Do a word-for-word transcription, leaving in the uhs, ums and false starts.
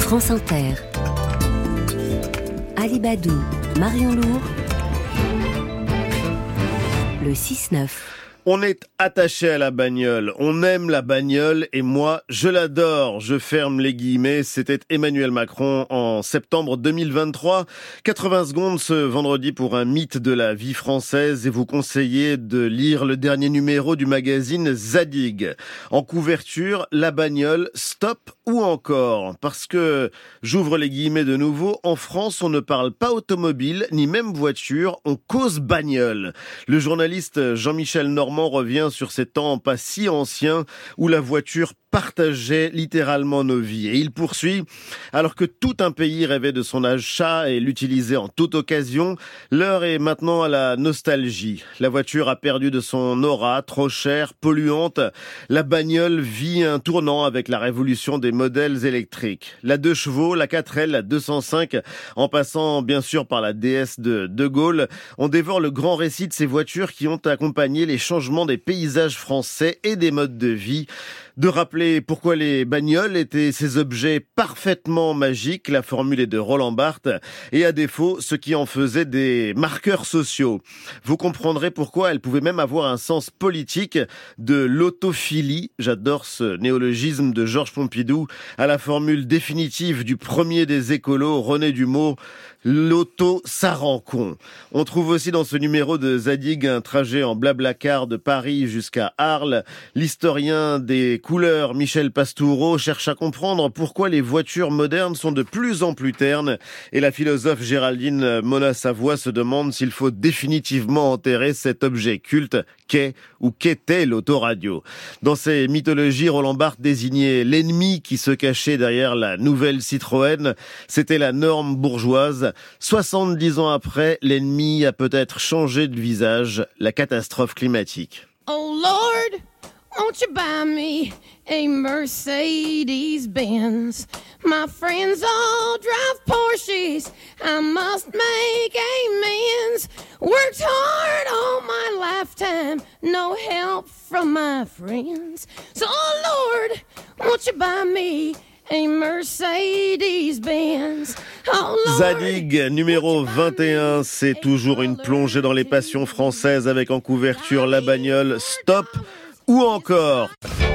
France Inter. Alibadou, Marion Lourd, le six neuf. On est attaché à la bagnole, on aime la bagnole et moi, je l'adore. Je ferme les guillemets, c'était Emmanuel Macron en septembre deux mille vingt-trois. quatre-vingts secondes ce vendredi pour un mythe de la vie française et vous conseillez de lire le dernier numéro du magazine Zadig. En couverture, la bagnole, stop ou encore. Parce que, j'ouvre les guillemets de nouveau, en France, on ne parle pas automobile, ni même voiture, on cause bagnole. Le journaliste Jean-Michel Normand revient sur ces temps pas si anciens où la voiture partageait littéralement nos vies. Et il poursuit, alors que tout un pays rêvait de son achat et l'utilisait en toute occasion, l'heure est maintenant à la nostalgie. La voiture a perdu de son aura, trop chère, polluante. La bagnole vit un tournant avec la révolution des modèles électriques. La deux chevaux, la quatre L, la deux cent cinq, en passant bien sûr par la D S de De Gaulle, on dévore le grand récit de ces voitures qui ont accompagné les changements des paysages français et des modes de vie. De rappeler pourquoi les bagnoles étaient ces objets parfaitement magiques, la formule est de Roland Barthes, et à défaut, ce qui en faisait des marqueurs sociaux. Vous comprendrez pourquoi elles pouvaient même avoir un sens politique, de l'autophilie, j'adore ce néologisme de Georges Pompidou, à la formule définitive du premier des écolos, René Dumont, l'auto, ça rend con. On trouve aussi dans ce numéro de Zadig un trajet en blablacar de Paris jusqu'à Arles. L'historien des couleurs, Michel Pastoureau, cherche à comprendre pourquoi les voitures modernes sont de plus en plus ternes. Et la philosophe Géraldine Mona-Savoie se demande s'il faut définitivement enterrer cet objet culte qu'est ou qu'était l'autoradio. Dans ces mythologies, Roland Barthes désignait l'ennemi qui se cachait derrière la nouvelle Citroën. C'était la norme bourgeoise. soixante-dix ans après, l'ennemi a peut-être changé de visage, la catastrophe climatique. Oh Lord, won't you buy me a Mercedes-Benz? My friends all drive Porsches, I must make amends. Worked hard all my lifetime, no help from my friends. So oh Lord, won't you buy me a Mercedes-Benz? Oh Lord. Zadig, numéro vingt et un, c'est toujours une plongée dans les passions françaises avec en couverture la bagnole, stop ou encore.